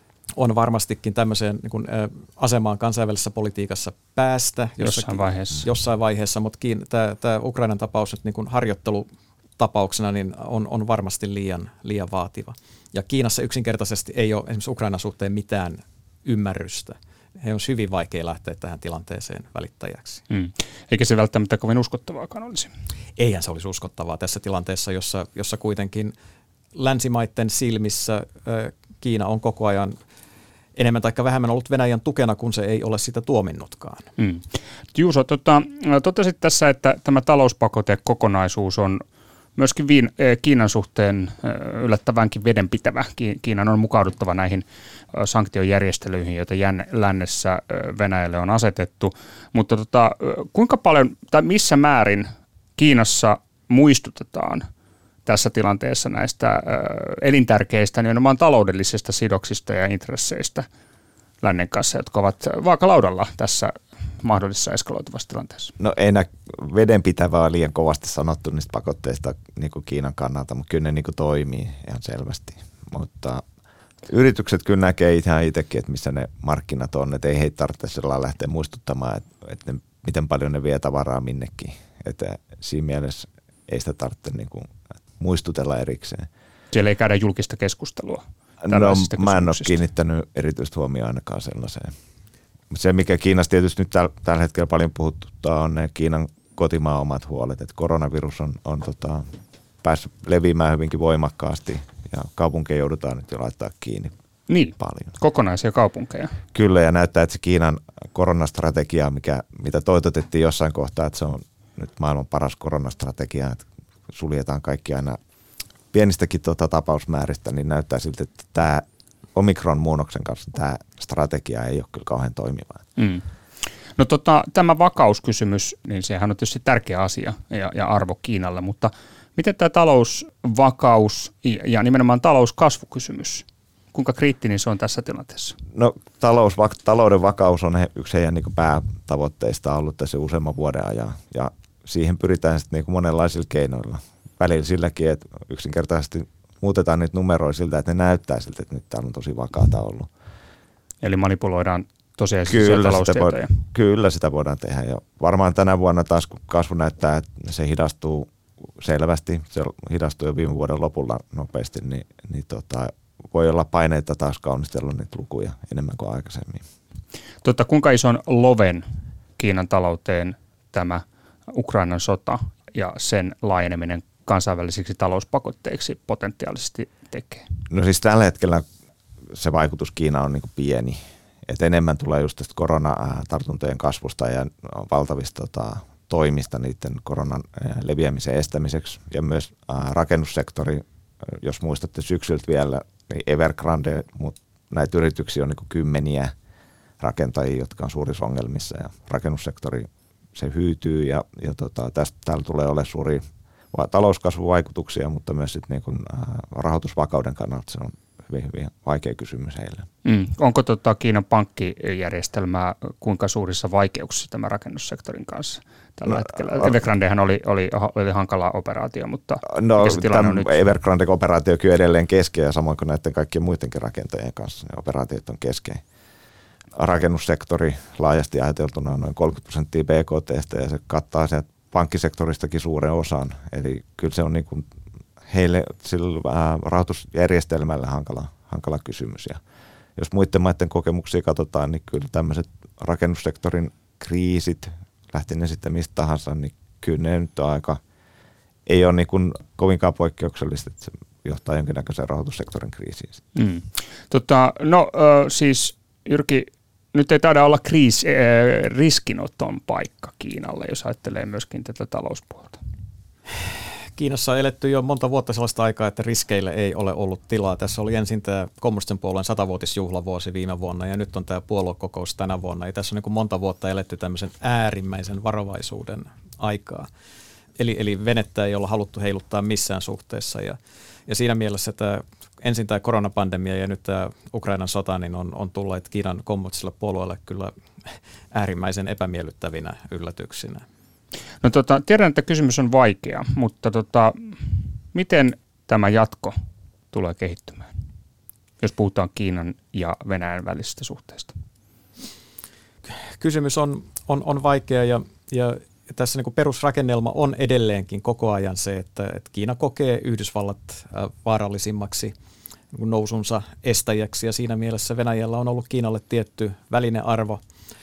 on varmastikin tämmöiseen niin kuin, ä, asemaan kansainvälisessä politiikassa päästä. Jossain jossakin, vaiheessa. Jossain vaiheessa, mutta tämä Ukrainan tapaus nyt niin kuin harjoittelu tapauksena niin on, on varmasti liian, liian vaativa. Ja Kiinassa yksinkertaisesti ei ole esimerkiksi Ukrainan suhteen mitään ymmärrystä. He on hyvin vaikea lähteä tähän tilanteeseen välittäjäksi. Mm. Eikä se välttämättä kovin uskottavaakaan olisi. Eihän se olisi uskottavaa tässä tilanteessa, jossa, jossa kuitenkin länsimaiden silmissä äh, Kiina on koko ajan enemmän tai vähemmän ollut Venäjän tukena, kun se ei ole sitä tuominnutkaan. Mm. Juuso, tota, totesit tässä, että tämä talouspakotekokonaisuus on myöskin viin, Kiinan suhteen yllättävänkin vedenpitävä. Kiinan on mukauduttava näihin sanktiojärjestelyihin, joita lännessä Venäjälle on asetettu. Mutta tota, kuinka paljon tai missä määrin Kiinassa muistutetaan tässä tilanteessa näistä elintärkeistä nimenomaan taloudellisista sidoksista ja intresseistä lännen kanssa, jotka ovat vaakalaudalla tässä mahdollisessa eskaloituvassa tilanteessa? No ei nää vedenpitävää liian kovasti sanottu niistä pakotteista niin kuin Kiinan kannalta, mutta kyllä ne niin kuin toimii ihan selvästi. Mutta yritykset kyllä näkee ihan itsekin, että missä ne markkinat on, että ei heitä tarvitse sellainen lähteä muistuttamaan, että, että ne, miten paljon ne vie tavaraa minnekin. Että siinä mielessä ei sitä tarvitse niin kuin muistutella erikseen. Siellä ei käydä julkista keskustelua. No mä en ole kiinnittänyt erityistä huomioon ainakaan sellaiseen. Se, mikä Kiinassa tietysti nyt täl, tällä hetkellä paljon puhuttaa, on ne Kiinan kotimaan omat huolet. Että koronavirus on, on tota, päässyt leviämään hyvinkin voimakkaasti ja kaupunkeja joudutaan nyt jo laittaa kiinni niin, paljon. Kokonaisia kaupunkeja. Kyllä, ja näyttää, että se Kiinan koronastrategia, mikä, mitä toitotettiin jossain kohtaa, että se on nyt maailman paras koronastrategia, että suljetaan kaikki aina pienistäkin tota, tapausmääristä, niin näyttää siltä, että tämä Omikron-muunnoksen kanssa tämä strategia ei ole kyllä kauhean toimiva. Mm. No tota, tämä vakauskysymys, niin sehän on tietysti tärkeä asia ja, ja arvo Kiinalle, mutta miten tämä talousvakaus ja nimenomaan talouskasvukysymys, kuinka kriittinen se on tässä tilanteessa? No talous, talouden vakaus on yksi heidän niin kuin päätavoitteista ollut tässä useamman vuoden ajan ja siihen pyritään sitten niin kuin monenlaisilla keinoilla. Välillä silläkin, että yksinkertaisesti muutetaan niitä numeroja siltä, että ne näyttää siltä, että nyt täällä on tosi vakaata ollut. Eli manipuloidaan tosiasiallisia taloustietoja. Sitä, kyllä sitä voidaan tehdä. Ja varmaan tänä vuonna taas, kun kasvu näyttää, että se hidastuu selvästi, se hidastuu jo viime vuoden lopulla nopeasti, niin, niin tota, voi olla paineita taas kaunistella niitä lukuja enemmän kuin aikaisemmin. Totta, kuinka ison loven Kiinan talouteen tämä Ukrainan sota ja sen laajeneminen kansainvälisiksi talouspakotteiksi potentiaalisesti tekee? No siis tällä hetkellä se vaikutus Kiinaan on niin kuin pieni. Et enemmän tulee just tästä koronatartuntojen kasvusta ja valtavista tota, toimista niiden koronan leviämisen estämiseksi. Ja myös äh, rakennussektori, jos muistatte syksyltä vielä, niin Evergrande, mutta näitä yrityksiä on niin kuin kymmeniä rakentajia, jotka on suurissa ongelmissa. Ja rakennussektori, se hyytyy ja, ja tota, tästä täällä tulee olemaan suuri talouskasvuvaikutuksia, mutta myös sit niin kuin, äh, rahoitusvakauden kannalta se on hyvin, hyvin vaikea kysymys heille. Mm. Onko tota Kiinan pankkijärjestelmää kuinka suurissa vaikeuksissa tämä rakennussektorin kanssa tällä no, hetkellä? Evergrandehan oli, oli, oli hankala operaatio, mutta no, mikä se tilanne on nyt? Evergrande-operaatio kyllä edelleen kesken ja samoin kuin näiden kaikkien muidenkin rakentajien kanssa, ne operaatiot on kesken. Rakennussektori laajasti ajateltuna on noin kolmekymmentä prosenttia B K T:stä ja se kattaa sieltä pankkisektoristakin suuren osan. Eli kyllä se on niin kuin heille sillä rahoitusjärjestelmällä hankala, hankala kysymys. Ja jos muiden maiden kokemuksia katsotaan, niin kyllä tämmöiset rakennussektorin kriisit, lähti ne sitten mistä tahansa, niin kyllä ne nyt on aika, ei ole niin kuin kovinkaan poikkeuksellista, että se johtaa jonkinnäköiseen rahoitussektorin kriisiin. Mm. Tota, no äh, siis Jyrki, nyt ei taida olla kriis, äh, riskinoton paikka Kiinalle, jos ajattelee myöskin tätä talouspuolta. Kiinassa on eletty jo monta vuotta sellaista aikaa, että riskeille ei ole ollut tilaa. Tässä oli ensin tämä kommunistisen puolueen satavuotisjuhlavuosi viime vuonna ja nyt on tämä puoluekokous tänä vuonna. Ja tässä on niin kuin monta vuotta eletty tämmöisen äärimmäisen varovaisuuden aikaa. Eli, eli venettä ei olla haluttu heiluttaa missään suhteessa. Ja, ja siinä mielessä tämä, ensin tämä koronapandemia ja nyt tämä Ukrainan sota niin on, on tullut Kiinan kommunistiselle puolueelle kyllä äärimmäisen epämiellyttävinä yllätyksinä. No tota, tiedän, että kysymys on vaikea, mutta tota, miten tämä jatko tulee kehittymään, jos puhutaan Kiinan ja Venäjän välisistä suhteista? Kysymys on, on, on vaikea ja, ja tässä niin kuin perusrakennelma on edelleenkin koko ajan se, että, että Kiina kokee Yhdysvallat vaarallisimmaksi niin kuin nousunsa estäjäksi ja siinä mielessä Venäjällä on ollut Kiinalle tietty välinearvo.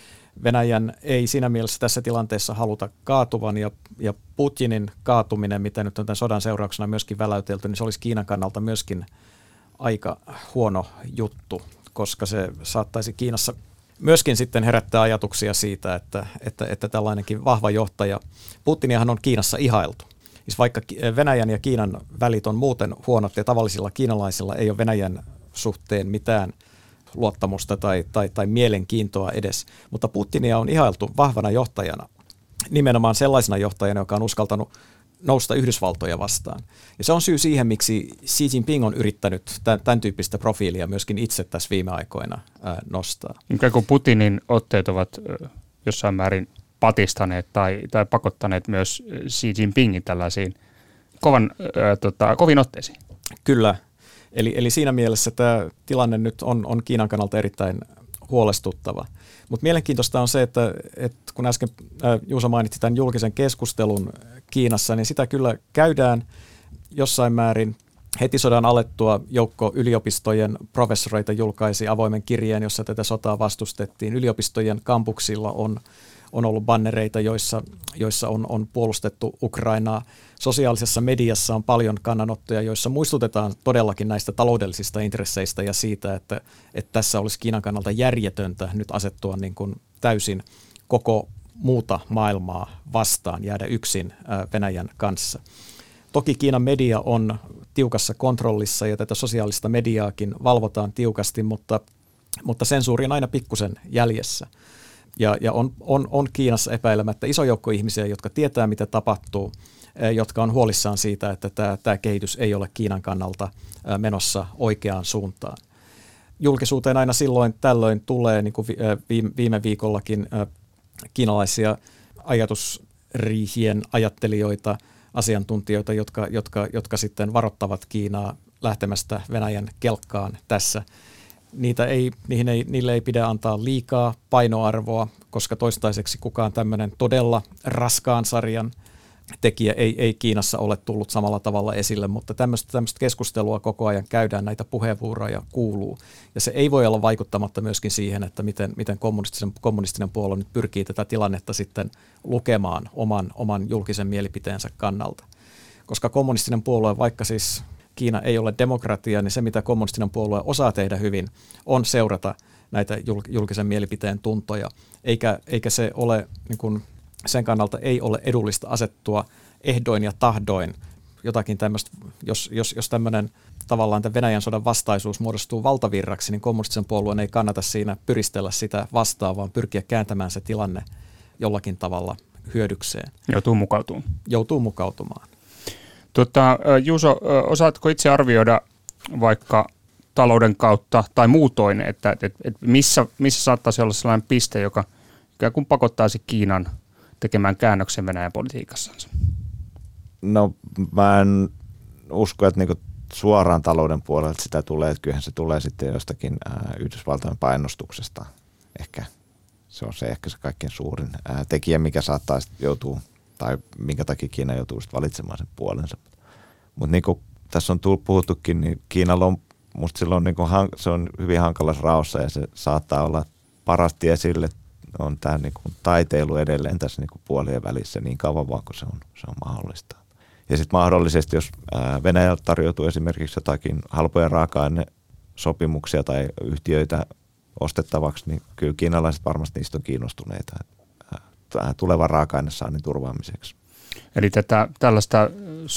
Venäjän ei siinä mielessä tässä tilanteessa haluta kaatuvan ja, ja Putinin kaatuminen, mitä nyt on tämän sodan seurauksena myöskin väläytelty, niin se olisi Kiinan kannalta myöskin aika huono juttu, koska se saattaisi Kiinassa myöskin sitten herättää ajatuksia siitä, että, että, että tällainenkin vahva johtaja, Putiniahan on Kiinassa ihailtu. Siis vaikka Venäjän ja Kiinan välit on muuten huonot ja tavallisilla kiinalaisilla ei ole Venäjän suhteen mitään luottamusta tai, tai, tai mielenkiintoa edes, mutta Putinia on ihailtu vahvana johtajana, nimenomaan sellaisena johtajana, joka on uskaltanut nousta Yhdysvaltoja vastaan. Ja se on syy siihen, miksi Xi Jinping on yrittänyt tämän, tämän tyyppistä profiilia myöskin itse tässä viime aikoina ää, nostaa. Mikä kun Putinin otteet ovat jossain määrin patistaneet tai, tai pakottaneet myös Xi Jinpingin tällaisiin kovan, ää, tota, kovin otteisiin? Kyllä. Eli, eli siinä mielessä tämä tilanne nyt on, on Kiinan kannalta erittäin huolestuttava. Mutta mielenkiintoista on se, että, että kun äsken äh, Juuso mainitsi tämän julkisen keskustelun Kiinassa, niin sitä kyllä käydään jossain määrin. Heti sodan alettua joukko yliopistojen professoreita julkaisi avoimen kirjeen, jossa tätä sotaa vastustettiin. Yliopistojen kampuksilla on, on ollut bannereita, joissa, joissa on, on puolustettu Ukrainaa. Sosiaalisessa mediassa on paljon kannanottoja, joissa muistutetaan todellakin näistä taloudellisista intresseistä ja siitä, että, että tässä olisi Kiinan kannalta järjetöntä nyt asettua niin kuin täysin koko muuta maailmaa vastaan, jäädä yksin Venäjän kanssa. Toki Kiinan media on tiukassa kontrollissa ja tätä sosiaalista mediaakin valvotaan tiukasti, mutta, mutta sensuuri on aina pikkusen jäljessä. Ja, ja on, on, on Kiinassa epäilemättä iso joukko ihmisiä, jotka tietää, mitä tapahtuu, jotka on huolissaan siitä, että tämä, tämä kehitys ei ole Kiinan kannalta menossa oikeaan suuntaan. Julkisuuteen aina silloin tällöin tulee, niin kuin viime viikollakin, kiinalaisia ajatusriihien ajattelijoita, asiantuntijoita, jotka, jotka, jotka sitten varoittavat Kiinaa lähtemästä Venäjän kelkkaan tässä. Niitä ei, niihin ei, niille ei pidä antaa liikaa painoarvoa, koska toistaiseksi kukaan tämmöinen todella raskaan sarjan tekijä ei, ei Kiinassa ole tullut samalla tavalla esille, mutta tämmöistä, tämmöistä keskustelua koko ajan käydään, näitä puheenvuoroja kuuluu. Ja se ei voi olla vaikuttamatta myöskin siihen, että miten, miten kommunistinen, kommunistinen puolue nyt pyrkii tätä tilannetta sitten lukemaan oman, oman julkisen mielipiteensä kannalta. Koska kommunistinen puolue, vaikka siis Kiina ei ole demokratia, niin se mitä kommunistinen puolue osaa tehdä hyvin on seurata näitä julkisen mielipiteen tuntoja, eikä, eikä se ole niin kuin sen kannalta ei ole edullista asettua ehdoin ja tahdoin jotakin tämmöistä, jos, jos, jos tämmöinen tavallaan tämän Venäjän sodan vastaisuus muodostuu valtavirraksi, niin kommunistisen puolueen ei kannata siinä pyristellä sitä vastaan, vaan pyrkiä kääntämään se tilanne jollakin tavalla hyödykseen. Joutuu mukautumaan. Joutuu mukautumaan. Tota, Juuso, osaatko itse arvioida vaikka talouden kautta tai muutoin, että, että, että missä, missä saattaisi olla sellainen piste, joka ikään kuin pakottaisi Kiinan tekemään käännöksen Venäjän politiikassansa? No mä en usko, että niinku suoraan talouden puolelta sitä tulee, että kyllähän se tulee sitten jostakin ää, Yhdysvaltain painostuksesta. Ehkä se on se ehkä se kaikkein suurin ää, tekijä, mikä saattaa joutua, tai minkä takia Kiina joutuu valitsemaan sen puolensa. Mutta niin kuin tässä on tullut puhuttukin, niin Kiinalla on, musta silloin niin kuin, se on hyvin hankalassa raossa ja se saattaa olla parasti esille, on tämä niin kuin taiteilu edelleen tässä niin kuin puolien välissä niin kauan vaan kuin se on, se on mahdollista. Ja sitten mahdollisesti, jos Venäjältä tarjoutuu esimerkiksi jotakin halpoja raaka-ainesopimuksia tai yhtiöitä ostettavaksi, niin kyllä kiinalaiset varmasti niistä on kiinnostuneita tulevan raaka-ainesaannin turvaamiseksi. Eli tätä, tällaista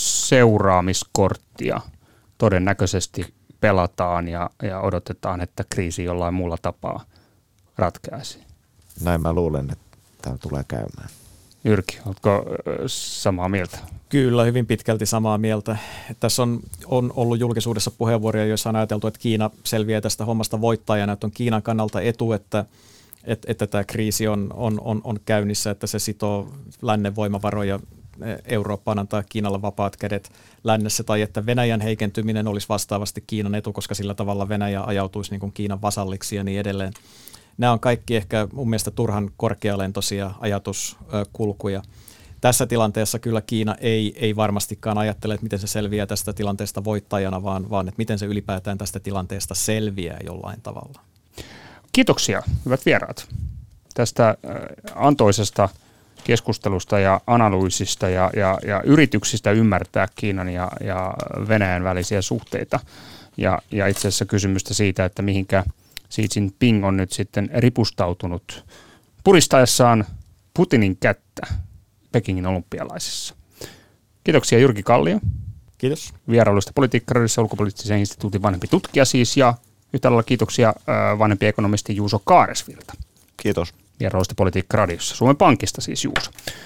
seuraamiskorttia todennäköisesti pelataan ja, ja odotetaan, että kriisi jollain muulla tapaa ratkaisi. Näin mä luulen, että tämä tulee käymään. Jyrki, oletko samaa mieltä? Kyllä, hyvin pitkälti samaa mieltä. Tässä on, on ollut julkisuudessa puheenvuoroja, joissa on ajateltu, että Kiina selviää tästä hommasta voittajana, että on Kiinan kannalta etu, että, että, että tämä kriisi on, on, on, on käynnissä, että se sitoo lännen voimavaroja Eurooppaan, antaa Kiinalle vapaat kädet lännessä, tai että Venäjän heikentyminen olisi vastaavasti Kiinan etu, koska sillä tavalla Venäjä ajautuisi niin kuin Kiinan vasalliksi ja niin edelleen. Nämä on kaikki ehkä mun mielestä turhan korkealentoisia ajatuskulkuja. Tässä tilanteessa kyllä Kiina ei, ei varmastikaan ajattele, että miten se selviää tästä tilanteesta voittajana, vaan, vaan että miten se ylipäätään tästä tilanteesta selviää jollain tavalla. Kiitoksia, hyvät vieraat, tästä antoisesta keskustelusta ja analyysistä ja, ja, ja yrityksistä ymmärtää Kiinan ja, ja Venäjän välisiä suhteita. Ja, ja itse asiassa kysymystä siitä, että mihinkä Xi Jinping on nyt sitten ripustautunut puristaessaan Putinin kättä Pekingin olympialaisissa. Kiitoksia Jyrki Kallio. Kiitos. Vierailusta Politiikkaradiossa, ulkopoliittisen instituutin vanhempi tutkija siis, ja yhtä lailla kiitoksia vanhempi ekonomisti Juuso Kaaresvirta. Kiitos. Vierailusta Politiikkaradiossa, Suomen Pankista siis Juuso.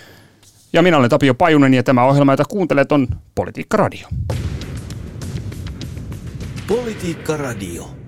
Ja minä olen Tapio Pajunen ja tämä ohjelma, jota kuuntelet, on Politiikkaradio. Politiikkaradio.